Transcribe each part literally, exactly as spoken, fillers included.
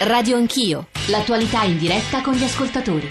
Radio Anch'io, l'attualità in diretta con gli ascoltatori.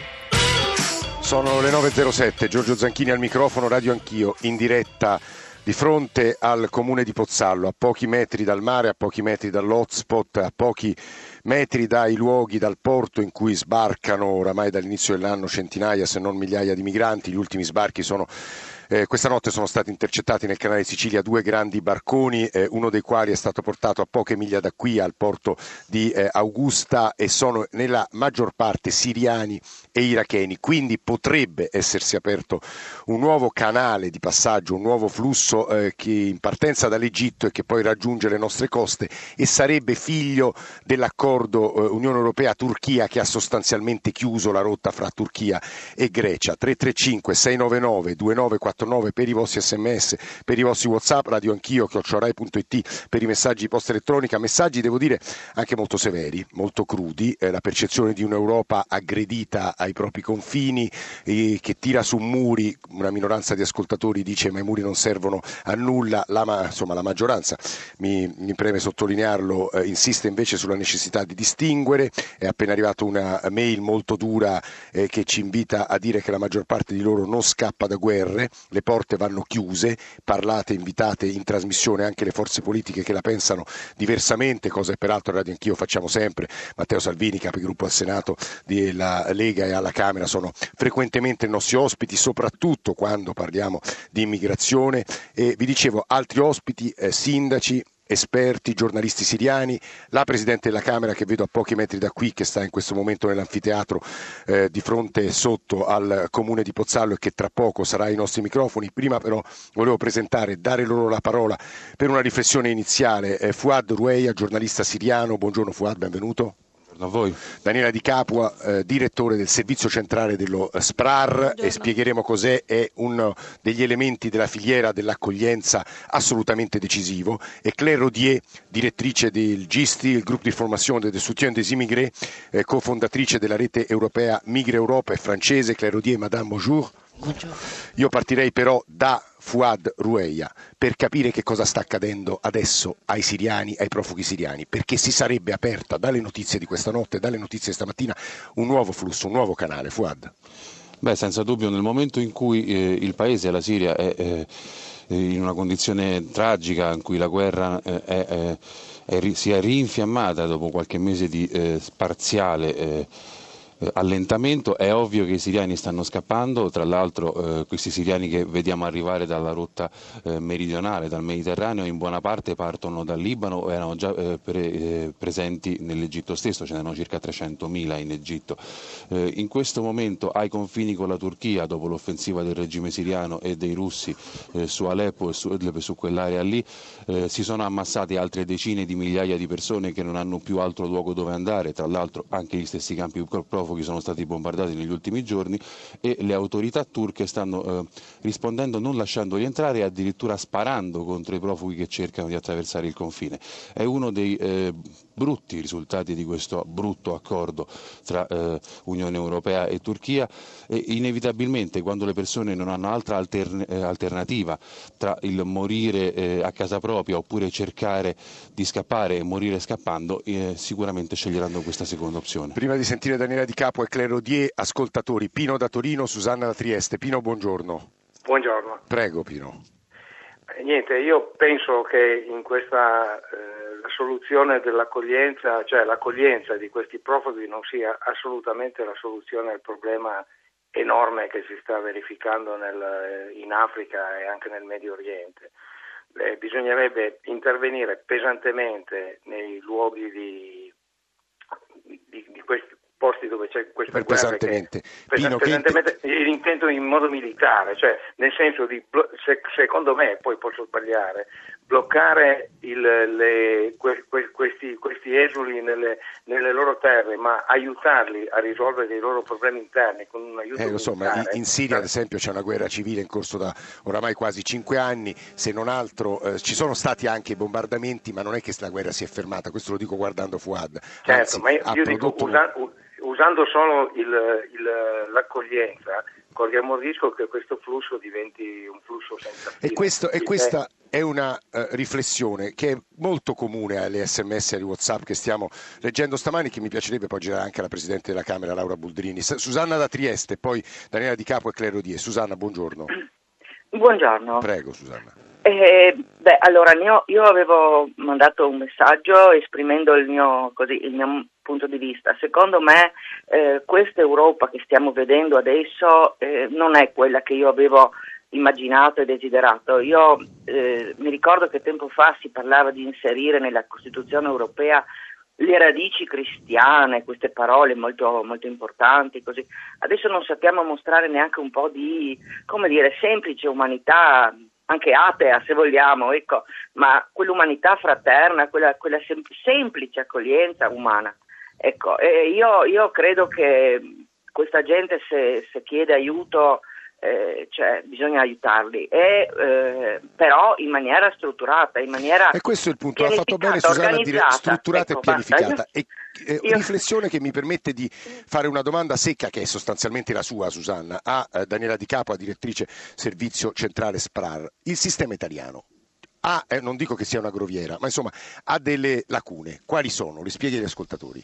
Sono le nove e zero sette, Giorgio Zanchini al microfono, Radio Anch'io, in diretta di fronte al comune di Pozzallo, a pochi metri dal mare, a pochi metri dall'hotspot, a pochi metri dai luoghi, dal porto in cui sbarcano oramai dall'inizio dell'anno centinaia se non migliaia di migranti. Gli ultimi sbarchi sono Eh, questa notte sono stati intercettati nel canale di Sicilia due grandi barconi, eh, uno dei quali è stato portato a poche miglia da qui al porto di eh, Augusta, e sono nella maggior parte siriani e iracheni, quindi potrebbe essersi aperto un nuovo canale di passaggio, un nuovo flusso eh, che in partenza dall'Egitto e che poi raggiunge le nostre coste, e sarebbe figlio dell'accordo eh, Unione Europea-Turchia che ha sostanzialmente chiuso la rotta fra Turchia e Grecia. tre tre cinque sei nove nove due nove quattro nove per i vostri sms, per i vostri WhatsApp, Radio Anch'io chiocciola rai punto it per i messaggi di posta elettronica, messaggi devo dire anche molto severi, molto crudi, eh, la percezione di un'Europa aggredita ai propri confini, eh, che tira su muri. Una minoranza di ascoltatori dice ma i muri non servono a nulla, la, ma, insomma la maggioranza, mi, mi preme sottolinearlo, eh, insiste invece sulla necessità di distinguere. È appena arrivata una mail molto dura eh, che ci invita a dire che la maggior parte di loro non scappa da guerre. Le porte vanno chiuse, parlate, invitate in trasmissione anche le forze politiche che la pensano diversamente, cosa che peraltro a Radio Anch'io facciamo sempre. Matteo Salvini, capigruppo al Senato della Lega, e alla Camera sono frequentemente i nostri ospiti, soprattutto quando parliamo di immigrazione, e vi dicevo altri ospiti, eh, sindaci, esperti, giornalisti siriani, la Presidente della Camera che vedo a pochi metri da qui, che sta in questo momento nell'anfiteatro eh, di fronte e sotto al comune di Pozzallo, e che tra poco sarà ai nostri microfoni. Prima però volevo presentare, dare loro la parola per una riflessione iniziale, eh, Fouad Roueia, giornalista siriano. Buongiorno Fouad, benvenuto. A voi. Daniela Di Capua, eh, direttore del servizio centrale dello SPRAR. Buongiorno. E spiegheremo cos'è, è uno degli elementi della filiera dell'accoglienza assolutamente decisivo, e Claire Rodier, direttrice del GISTI, il Gruppo di Formation des Soutiens des Immigrés, eh, cofondatrice della rete europea Migre Europa, è francese. Claire Rodier, madame, bonjour. Buongiorno. Io partirei però da Fouad Roueia per capire che cosa sta accadendo adesso ai siriani, ai profughi siriani, perché si sarebbe aperta dalle notizie di questa notte, dalle notizie di stamattina, un nuovo flusso, un nuovo canale. Fouad. Beh, senza dubbio, nel momento in cui eh, il paese, la Siria, è eh, in una condizione tragica, in cui la guerra eh, è, è, è, si è rinfiammata dopo qualche mese di eh, parziale eh, allentamento, è ovvio che i siriani stanno scappando. Tra l'altro eh, questi siriani che vediamo arrivare dalla rotta eh, meridionale, dal Mediterraneo, in buona parte partono dal Libano o erano già eh, pre, eh, presenti nell'Egitto stesso, ce n'erano circa trecentomila in Egitto. Eh, in questo momento ai confini con la Turchia, dopo l'offensiva del regime siriano e dei russi eh, su Aleppo e su, su quell'area lì, eh, si sono ammassate altre decine di migliaia di persone che non hanno più altro luogo dove andare. Tra l'altro anche gli stessi campi profughi sono stati bombardati negli ultimi giorni, e le autorità turche stanno eh, rispondendo non lasciandoli entrare e addirittura sparando contro i profughi che cercano di attraversare il confine. È uno dei eh, brutti risultati di questo brutto accordo tra eh, Unione Europea e Turchia, e inevitabilmente quando le persone non hanno altra altern- eh, alternativa tra il morire eh, a casa propria oppure cercare di scappare e morire scappando, eh, sicuramente sceglieranno questa seconda opzione. Prima di sentire Daniela Di Capua e Claire Rodier, ascoltatori, Pino da Torino, Susanna da Trieste. Pino, buongiorno. Buongiorno. Prego Pino. Eh, niente, io penso che in questa eh, la soluzione dell'accoglienza, cioè l'accoglienza di questi profughi, non sia assolutamente la soluzione al problema enorme che si sta verificando nel, in Africa e anche nel Medio Oriente. Eh, bisognerebbe intervenire pesantemente nei luoghi di, di, di questi posti dove c'è questa per guerra, pesantemente. Che, Pino, pesantemente che... intendo in modo militare, cioè nel senso di, se, secondo me, poi posso sbagliare, bloccare il, le, que, que, questi, questi esuli nelle, nelle loro terre, ma aiutarli a risolvere i loro problemi interni con un aiuto eh, lo so, militare. Ma in Siria ad esempio c'è una guerra civile in corso da oramai quasi cinque anni, se non altro eh, ci sono stati anche bombardamenti, ma non è che la guerra si è fermata, questo lo dico guardando Fouad. Certo, Anzi, ma io, io dico, usa, usando solo il, il, l'accoglienza, corriamo il rischio che questo flusso diventi un flusso senza fine. E, questo, e questa è una uh, riflessione che è molto comune alle sms e ai WhatsApp che stiamo leggendo stamani, che mi piacerebbe poi girare anche alla Presidente della Camera, Laura Boldrini. Susanna da Trieste, poi Daniela Di Capo e Claire Odier. Susanna, buongiorno. Buongiorno. Prego, Susanna. Eh, beh, allora io, io avevo mandato un messaggio esprimendo il mio, così, il mio punto di vista. Secondo me eh, questa Europa che stiamo vedendo adesso eh, non è quella che io avevo immaginato e desiderato. Io eh, mi ricordo che tempo fa si parlava di inserire nella Costituzione europea le radici cristiane, queste parole molto, molto importanti, così. Adesso non sappiamo mostrare neanche un po' di, come dire, semplice umanità, anche atea se vogliamo, ecco, ma quell'umanità fraterna, quella, quella sem- semplice accoglienza umana. Ecco, e io, io credo che questa gente se, se chiede aiuto, eh, cioè bisogna aiutarli, e, eh, però in maniera strutturata, in maniera e questo è il punto, ha fatto bene Susanna a dire strutturata, ecco, e pianificata. E, eh, io... riflessione che mi permette di fare una domanda secca, che è sostanzialmente la sua, Susanna, a eh, Daniela Di Capo, a direttrice servizio centrale S P R A R. Il sistema italiano ha, eh, non dico che sia una groviera, ma insomma ha delle lacune. Quali sono? Li spieghi agli ascoltatori.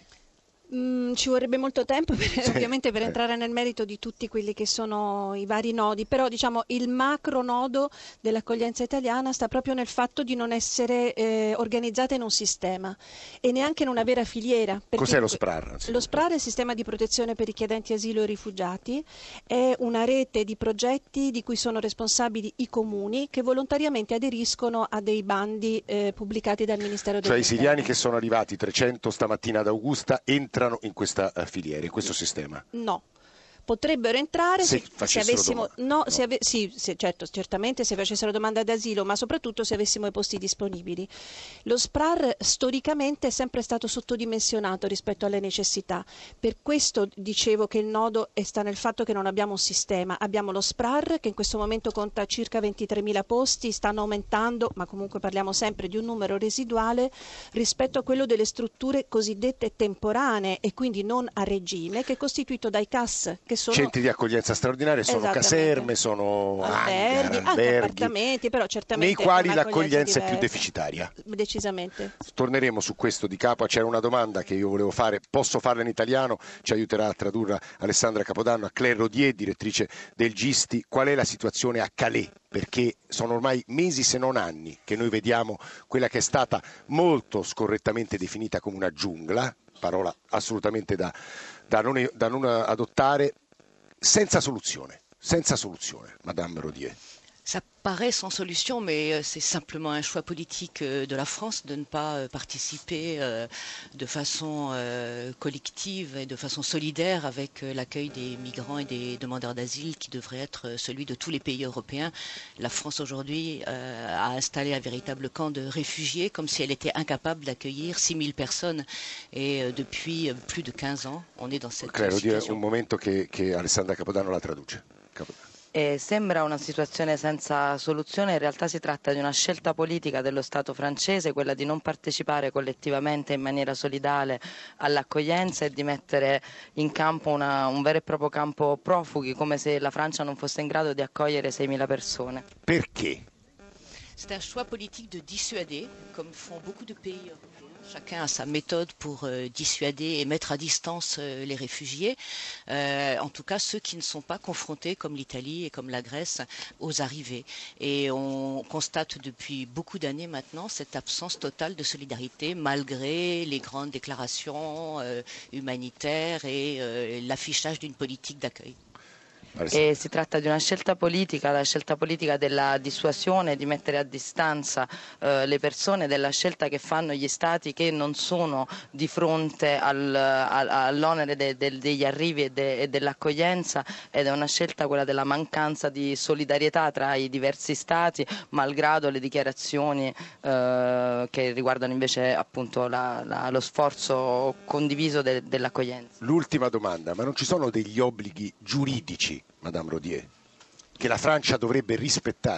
Mm, ci vorrebbe molto tempo per, sì, ovviamente per eh. entrare nel merito di tutti quelli che sono i vari nodi, però diciamo il macro nodo dell'accoglienza italiana sta proprio nel fatto di non essere eh, organizzata in un sistema e neanche in una vera filiera. Cos'è lo S P R A R? Lo S P R A R è il sistema di protezione per i chiedenti asilo e rifugiati, è una rete di progetti di cui sono responsabili i comuni che volontariamente aderiscono a dei bandi eh, pubblicati dal Ministero Cioè dell'Interno. i siriani che sono arrivati trecento stamattina ad Augusta entrano in questa uh, filiera, in questo sistema? No. Potrebbero entrare se, se, se avessimo no, no. Se ave, sì, se, certo, certamente se facessero domanda d'asilo, ma soprattutto se avessimo i posti disponibili. Lo S P R A R storicamente è sempre stato sottodimensionato rispetto alle necessità. Per questo dicevo che il nodo sta nel fatto che non abbiamo un sistema. Abbiamo lo S P R A R che in questo momento conta circa ventitremila posti, stanno aumentando, ma comunque parliamo sempre di un numero residuale rispetto a quello delle strutture cosiddette temporanee e quindi non a regime, che è costituito dai C A S, che sono centri di accoglienza straordinaria, sono caserme, sono alberghi, hangar, anche alberghi, appartamenti, però certamente nei quali l'accoglienza l'accoglienza è più deficitaria. Decisamente. Torneremo su questo Di Capo. C'era una domanda che io volevo fare, posso farla in italiano, ci aiuterà a tradurla Alessandra Capodanno, a Claire Odier, direttrice del Gisti. Qual è la situazione a Calais? Perché sono ormai mesi se non anni che noi vediamo quella che è stata molto scorrettamente definita come una giungla, parola assolutamente da, da, non, da non adottare, senza soluzione, senza soluzione, Madame Rodier. Ça paraît sans solution, mais c'est simplement un choix politique de la France de ne pas participer de façon collective et de façon solidaire avec l'accueil des migrants et des demandeurs d'asile qui devrait être celui de tous les pays européens. La France aujourd'hui a installé un véritable camp de réfugiés comme si elle était incapable d'accueillir six mille personnes et depuis plus de quinze ans on est dans cette Claire, situation. Un momento che, che Alessandra Capodanno la traduce. Capodanno. Eh, sembra una situazione senza soluzione, in realtà si tratta di una scelta politica dello Stato francese, quella di non partecipare collettivamente in maniera solidale all'accoglienza e di mettere in campo una, un vero e proprio campo profughi, come se la Francia non fosse in grado di accogliere seimila persone. Perché? C'est un choix politique de dissuader, comme font beaucoup de pays européens. Chacun a sa méthode pour euh, dissuader et mettre à distance euh, les réfugiés, euh, en tout cas ceux qui ne sont pas confrontés, comme l'Italie et comme la Grèce, aux arrivées. Et on constate depuis beaucoup d'années maintenant cette absence totale de solidarité, malgré les grandes déclarations euh, humanitaires et euh, l'affichage d'une politique d'accueil. E si tratta di una scelta politica, la scelta politica della dissuasione, di mettere a distanza eh, le persone, della scelta che fanno gli stati che non sono di fronte al, al, all'onere de, de, degli arrivi e, de, e dell'accoglienza, ed è una scelta quella della mancanza di solidarietà tra i diversi stati, malgrado le dichiarazioni eh, che riguardano invece appunto la, la, lo sforzo condiviso de, dell'accoglienza. L'ultima domanda, ma non ci sono degli obblighi giuridici, Madame Rodier, che la Francia dovrebbe rispettare?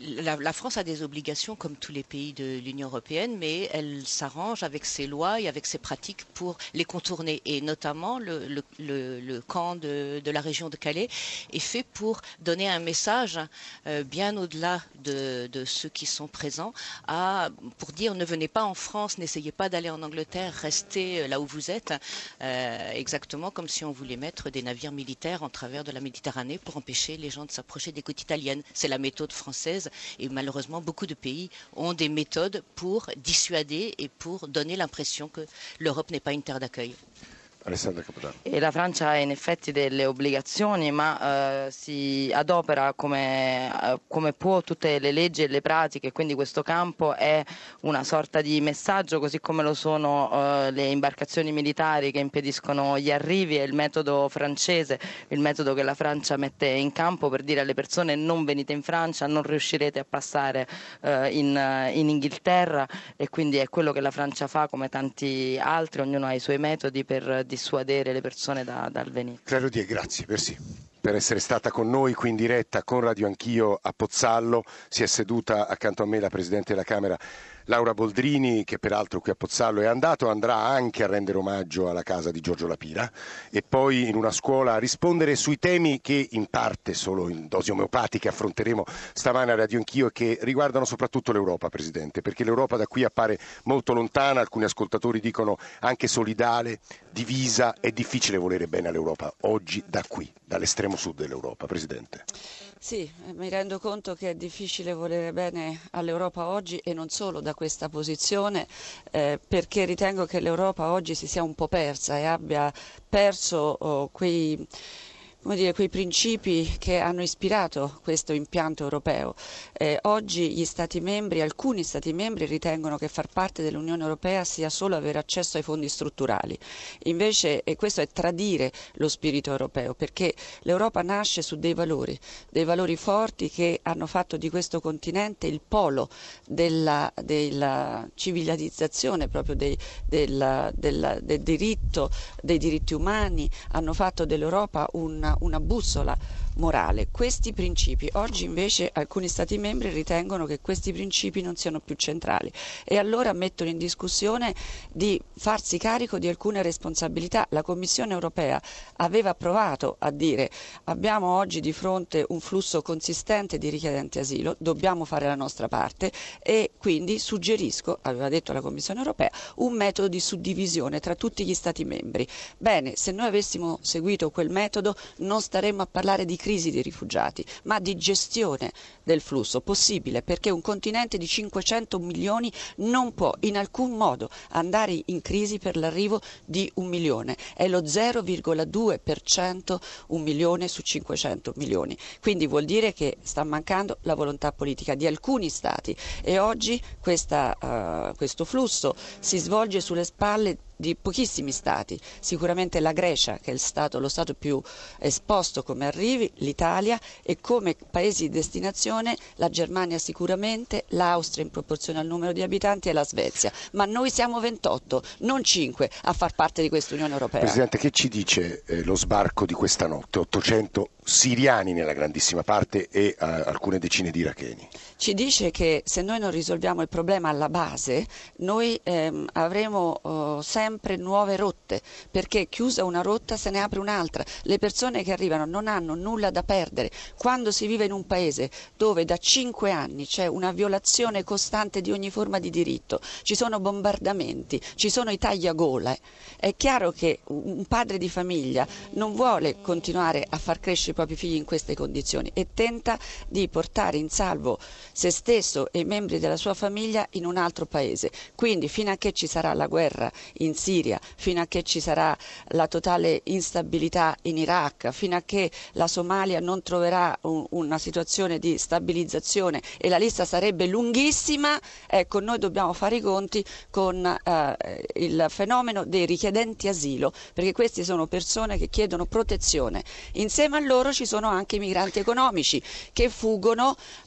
la, la France a des obligations comme tous les pays de l'Union européenne, mais elle s'arrange avec ses lois et avec ses pratiques pour les contourner. Et notamment, le, le, le, le camp de, de la région de Calais est fait pour donner un message euh, bien au-delà de, de ceux qui sont présents, à, pour dire ne venez pas en France, n'essayez pas d'aller en Angleterre, restez là où vous êtes, euh, exactement comme si on voulait mettre des navires militaires en travers de la Méditerranée pour empêcher les gens de s'approcher des côtes italiennes. C'est la méthode française et malheureusement beaucoup de pays ont des méthodes pour dissuader et pour donner l'impression que l'Europe n'est pas une terre d'accueil. Alessandra Capodanno. E la Francia ha in effetti delle obbligazioni, ma eh, si adopera come, eh, come può tutte le leggi e le pratiche, quindi questo campo è una sorta di messaggio, così come lo sono eh, le imbarcazioni militari che impediscono gli arrivi, e il metodo francese, il metodo che la Francia mette in campo per dire alle persone non venite in Francia, non riuscirete a passare eh, in, in Inghilterra, e quindi è quello che la Francia fa come tanti altri, ognuno ha i suoi metodi per dissuadere le persone da, dal venire. Claudio Die, grazie per, sì, per essere stata con noi qui in diretta con Radio Anch'io a Pozzallo. Si è seduta accanto a me la Presidente della Camera Laura Boldrini, che peraltro qui a Pozzallo è andato, andrà anche a rendere omaggio alla casa di Giorgio La Pira e poi in una scuola a rispondere sui temi che in parte solo in dosi omeopatiche affronteremo stamane a Radio Anch'io e che riguardano soprattutto l'Europa, Presidente, perché l'Europa da qui appare molto lontana, alcuni ascoltatori dicono anche solidale, divisa. È difficile volere bene all'Europa oggi da qui, dall'estremo sud dell'Europa, Presidente. Sì, mi rendo conto che è difficile volere bene all'Europa oggi e non solo da questa posizione, eh, perché ritengo che l'Europa oggi si sia un po' persa e abbia perso oh, quei... come dire, quei principi che hanno ispirato questo impianto europeo. Eh, oggi gli Stati membri, alcuni Stati membri ritengono che far parte dell'Unione Europea sia solo avere accesso ai fondi strutturali. Invece, e questo è tradire lo spirito europeo, perché l'Europa nasce su dei valori, dei valori forti che hanno fatto di questo continente il polo della, della civilizzazione, proprio dei, della, della, del diritto, dei diritti umani, hanno fatto dell'Europa un una bussola morale. Questi principi, oggi invece alcuni Stati membri ritengono che questi principi non siano più centrali e allora mettono in discussione di farsi carico di alcune responsabilità. La Commissione europea aveva provato a dire abbiamo oggi di fronte un flusso consistente di richiedenti asilo, dobbiamo fare la nostra parte e quindi suggerisco, aveva detto la Commissione europea, un metodo di suddivisione tra tutti gli Stati membri. Bene, se noi avessimo seguito quel metodo non staremmo a parlare di crisi dei rifugiati, ma di gestione del flusso possibile, perché un continente di cinquecento milioni non può in alcun modo andare in crisi per l'arrivo di un milione, è lo zero virgola due per cento un milione su cinquecento milioni, quindi vuol dire che sta mancando la volontà politica di alcuni Stati e oggi questa, uh, questo flusso si svolge sulle spalle di pochissimi Stati, sicuramente la Grecia che è il stato, lo Stato più esposto come arrivi, l'Italia e come paesi di destinazione la Germania sicuramente, l'Austria in proporzione al numero di abitanti e la Svezia, ma noi siamo ventotto, non cinque a far parte di questa Unione Europea. Presidente, che ci dice eh, lo sbarco di questa notte? ottocento siriani nella grandissima parte e eh, alcune decine di iracheni. Ci dice che se noi non risolviamo il problema alla base noi ehm, avremo oh, sempre nuove rotte, perché chiusa una rotta se ne apre un'altra. Le persone che arrivano non hanno nulla da perdere. Quando si vive in un paese dove da cinque anni c'è una violazione costante di ogni forma di diritto, ci sono bombardamenti, ci sono i tagliagole, è chiaro che un padre di famiglia non vuole continuare a far crescere i propri figli in queste condizioni e tenta di portare in salvo se stesso e i membri della sua famiglia in un altro paese. Quindi fino a che ci sarà la guerra in Siria, fino a che ci sarà la totale instabilità in Iraq, fino a che la Somalia non troverà un, una situazione di stabilizzazione e la lista sarebbe lunghissima, ecco, noi dobbiamo fare i conti con eh, il fenomeno dei richiedenti asilo, perché questi sono persone che chiedono protezione. Insieme a loro ci sono anche i migranti economici che fuggono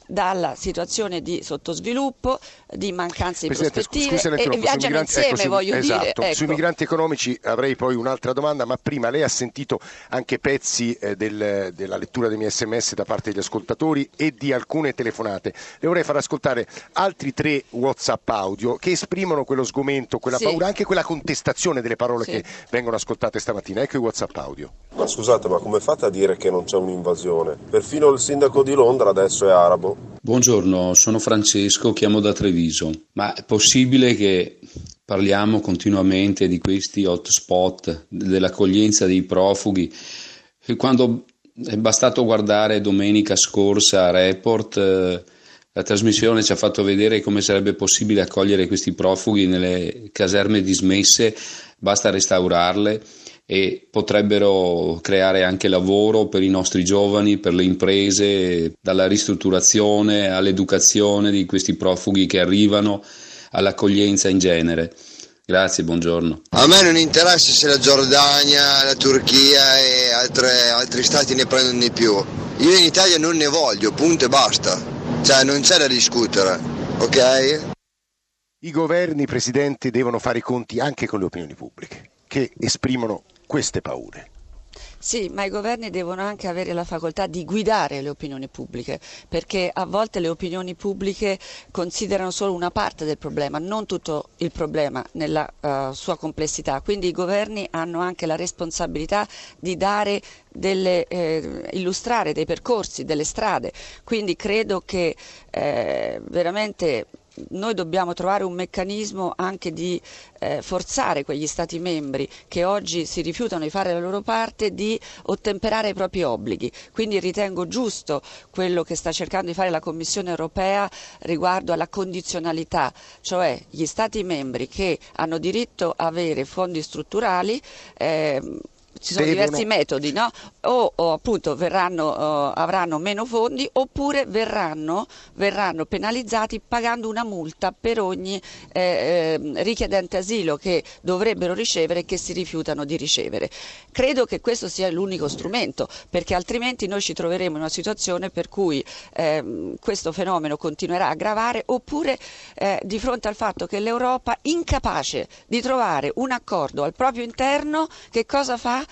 dalla situazione di sottosviluppo, di mancanza di Presidente, prospettive scusi, e, e viaggiano insieme, ecco, su, voglio esatto. dire. Ecco. Sui migranti economici avrei poi un'altra domanda, ma prima lei ha sentito anche pezzi eh, del, della lettura dei miei sms da parte degli ascoltatori e di alcune telefonate. Le vorrei far ascoltare altri tre WhatsApp audio che esprimono quello sgomento, quella sì. paura, anche quella contestazione delle parole sì. che vengono ascoltate stamattina. Ecco i WhatsApp audio. Ma scusate, ma come fate a dire che non c'è un'invasione? Perfino il sindaco di Londra adesso è arabo. Buongiorno, sono Francesco, chiamo da Treviso. Ma è possibile che parliamo continuamente di questi hotspot, dell'accoglienza dei profughi, e quando è bastato guardare domenica scorsa a Report, eh, la trasmissione ci ha fatto vedere come sarebbe possibile accogliere questi profughi nelle caserme dismesse, basta restaurarle e potrebbero creare anche lavoro per i nostri giovani, per le imprese, dalla ristrutturazione all'educazione di questi profughi che arrivano, all'accoglienza in genere. Grazie, buongiorno. A me non interessa se la Giordania, la Turchia e altre, altri stati ne prendono di più. Io in Italia non ne voglio, punto e basta. Cioè non c'è da discutere, ok? I governi, Presidente, devono fare i conti anche con le opinioni pubbliche, che esprimono queste paure. Sì, ma i governi devono anche avere la facoltà di guidare le opinioni pubbliche, perché a volte le opinioni pubbliche considerano solo una parte del problema, non tutto il problema nella uh, sua complessità. Quindi i governi hanno anche la responsabilità di dare delle, eh, illustrare dei percorsi, delle strade. Quindi credo che eh, veramente noi dobbiamo trovare un meccanismo anche di eh, forzare quegli Stati membri che oggi si rifiutano di fare la loro parte di ottemperare ai propri obblighi. Quindi ritengo giusto quello che sta cercando di fare la Commissione europea riguardo alla condizionalità, cioè gli Stati membri che hanno diritto a avere fondi strutturali eh, ci sono Devono... diversi metodi, no? O, o appunto verranno, uh, avranno meno fondi oppure verranno, verranno penalizzati pagando una multa per ogni eh, eh, richiedente asilo che dovrebbero ricevere e che si rifiutano di ricevere. Credo che questo sia l'unico strumento, perché altrimenti noi ci troveremo in una situazione per cui eh, questo fenomeno continuerà a aggravare, oppure eh, di fronte al fatto che l'Europa, incapace di trovare un accordo al proprio interno, che cosa fa?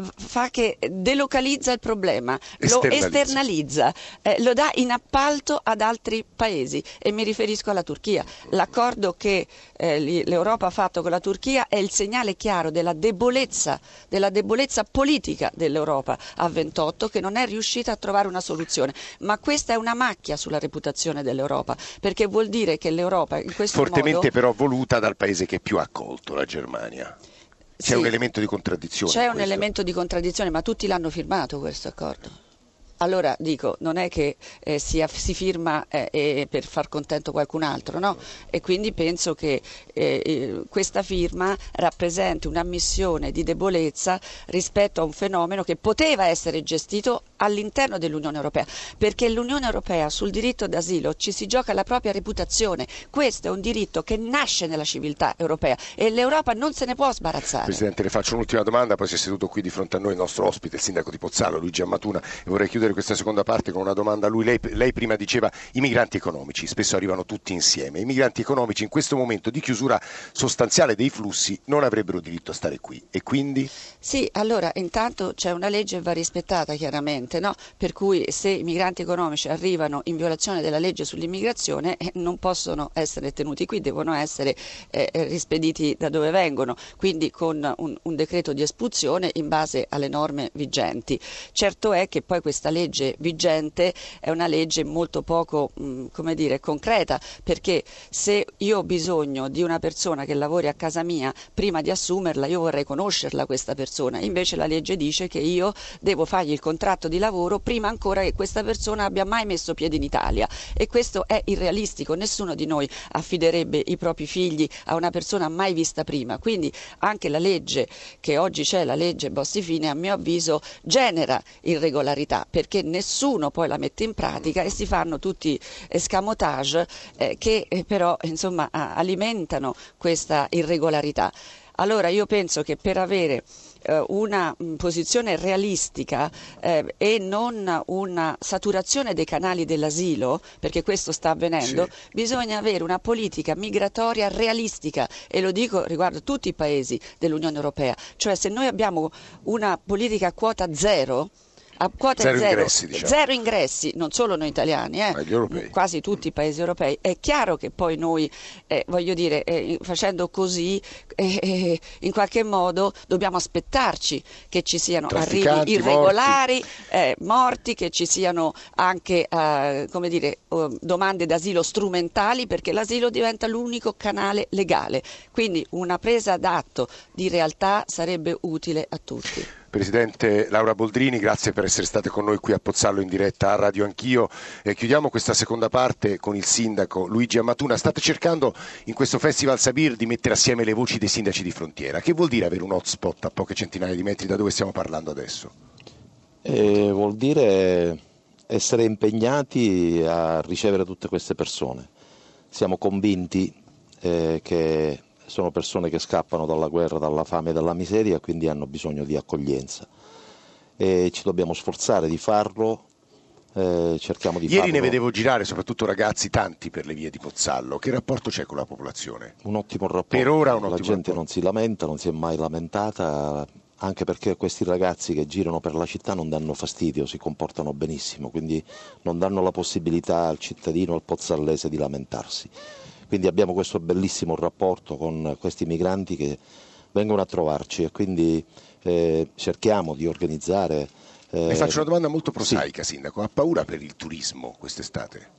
Fa che delocalizza il problema, lo esternalizza, eh, lo dà in appalto ad altri paesi, e mi riferisco alla Turchia. L'accordo che eh, l'Europa ha fatto con la Turchia è il segnale chiaro della debolezza, della debolezza politica dell'Europa a ventotto, che non è riuscita a trovare una soluzione. Ma questa è una macchia sulla reputazione dell'Europa, perché vuol dire che l'Europa in questo fortemente modo... però voluta dal paese che più ha accolto, la Germania. C'è Sì, un elemento di contraddizione. C'è un elemento di contraddizione, ma tutti l'hanno firmato questo accordo. Allora dico, non è che eh, si, si firma eh, eh, per far contento qualcun altro, no? E quindi penso che eh, eh, questa firma rappresenti un'ammissione di debolezza rispetto a un fenomeno che poteva essere gestito all'interno dell'Unione Europea, perché l'Unione Europea sul diritto d'asilo ci si gioca la propria reputazione. Questo è un diritto che nasce nella civiltà europea e l'Europa non se ne può sbarazzare. Presidente, le faccio un'ultima domanda, poi si è seduto qui di fronte a noi il nostro ospite, il sindaco di Pozzallo, Luigi Ammatuna, e vorrei chiudere questa seconda parte con una domanda a lui. Lei, lei prima diceva i migranti economici, spesso arrivano tutti insieme. I migranti economici in questo momento di chiusura sostanziale dei flussi non avrebbero diritto a stare qui, e quindi? Sì, allora intanto c'è una legge che va rispettata chiaramente, no? Per cui se i migranti economici arrivano in violazione della legge sull'immigrazione eh, non possono essere tenuti qui, devono essere eh, rispediti da dove vengono, quindi con un, un decreto di espulsione in base alle norme vigenti. Certo è che poi questa legge vigente è una legge molto poco mh, come dire, concreta, perché se io ho bisogno di una persona che lavori a casa mia, prima di assumerla io vorrei conoscerla questa persona, invece la legge dice che io devo fargli il contratto di lavoro prima ancora che questa persona abbia mai messo piede in Italia, e questo è irrealistico. Nessuno di noi affiderebbe i propri figli a una persona mai vista prima, quindi anche la legge che oggi c'è, la legge Bossi-Fini, a mio avviso genera irregolarità, perché nessuno poi la mette in pratica e si fanno tutti escamotage eh, che eh, però insomma alimentano questa irregolarità. Allora io penso che per avere una posizione realistica eh, e non una saturazione dei canali dell'asilo, perché questo sta avvenendo, sì. Bisogna avere una politica migratoria realistica, e lo dico riguardo tutti i paesi dell'Unione Europea, cioè se noi abbiamo una politica a quota zero, a quota zero, zero, ingressi, diciamo. zero ingressi, non solo noi italiani, eh, quasi tutti i paesi europei, è chiaro che poi noi, eh, voglio dire, eh, facendo così, eh, eh, in qualche modo dobbiamo aspettarci che ci siano arrivi irregolari, morti. Eh, morti, che ci siano anche eh, come dire, uh, domande d'asilo strumentali, perché l'asilo diventa l'unico canale legale, quindi una presa d'atto di realtà sarebbe utile a tutti. Presidente Laura Boldrini, grazie per essere state con noi qui a Pozzallo in diretta a Radio Anch'io. Eh, chiudiamo questa seconda parte con il sindaco Luigi Ammatuna. State cercando in questo Festival Sabir di mettere assieme le voci dei sindaci di frontiera. Che vuol dire avere un hotspot a poche centinaia di metri da dove stiamo parlando adesso? Eh, vuol dire essere impegnati a ricevere tutte queste persone. Siamo convinti eh, che sono persone che scappano dalla guerra, dalla fame e dalla miseria, quindi hanno bisogno di accoglienza e ci dobbiamo sforzare di farlo, eh, cerchiamo di Ieri farlo. ne vedevo girare soprattutto ragazzi tanti per le vie di Pozzallo. Che rapporto c'è con la popolazione? Un ottimo rapporto, per ora un la ottimo gente rapporto. Non si lamenta, non si è mai lamentata, anche perché questi ragazzi che girano per la città non danno fastidio, si comportano benissimo, quindi non danno la possibilità al cittadino, al pozzallese di lamentarsi. Quindi abbiamo questo bellissimo rapporto con questi migranti che vengono a trovarci e quindi eh, cerchiamo di organizzare... Eh, Le faccio una domanda molto prosaica, sì. Sindaco. Ha paura per il turismo quest'estate?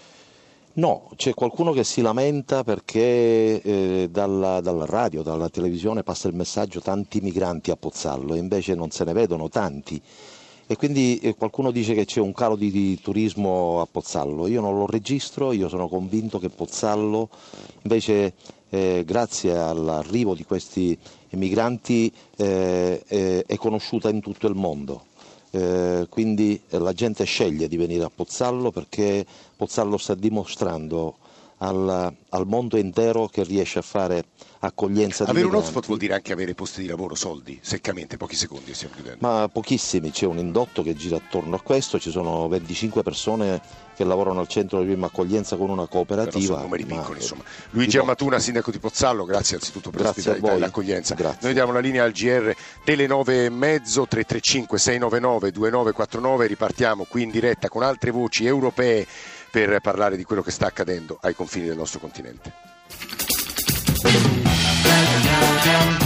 No, c'è qualcuno che si lamenta perché eh, dalla, dalla radio, dalla televisione passa il messaggio tanti migranti a Pozzallo e invece non se ne vedono tanti. E quindi eh, qualcuno dice che c'è un calo di, di turismo a Pozzallo. Io non lo registro, io sono convinto che Pozzallo invece eh, grazie all'arrivo di questi migranti eh, eh, è conosciuta in tutto il mondo. Eh, quindi eh, la gente sceglie di venire a Pozzallo perché Pozzallo sta dimostrando al, al mondo intero che riesce a fare accoglienza di avere migranti. un hotspot vuol dire anche avere posti di lavoro, soldi, seccamente, pochi secondi stiamo chiudendo. Ma pochissimi, c'è un indotto che gira attorno a questo, ci sono venticinque persone che lavorano al centro di prima accoglienza con una cooperativa. Però sono numeri piccoli, insomma. Luigi Ammatuna, sindaco di Pozzallo, grazie anzitutto per l'ospitalità e l'accoglienza. Grazie. Noi diamo la linea al G R delle nove e mezzo, tre tre cinque sei nove nove due nove quattro nove, ripartiamo qui in diretta con altre voci europee per parlare di quello che sta accadendo ai confini del nostro continente.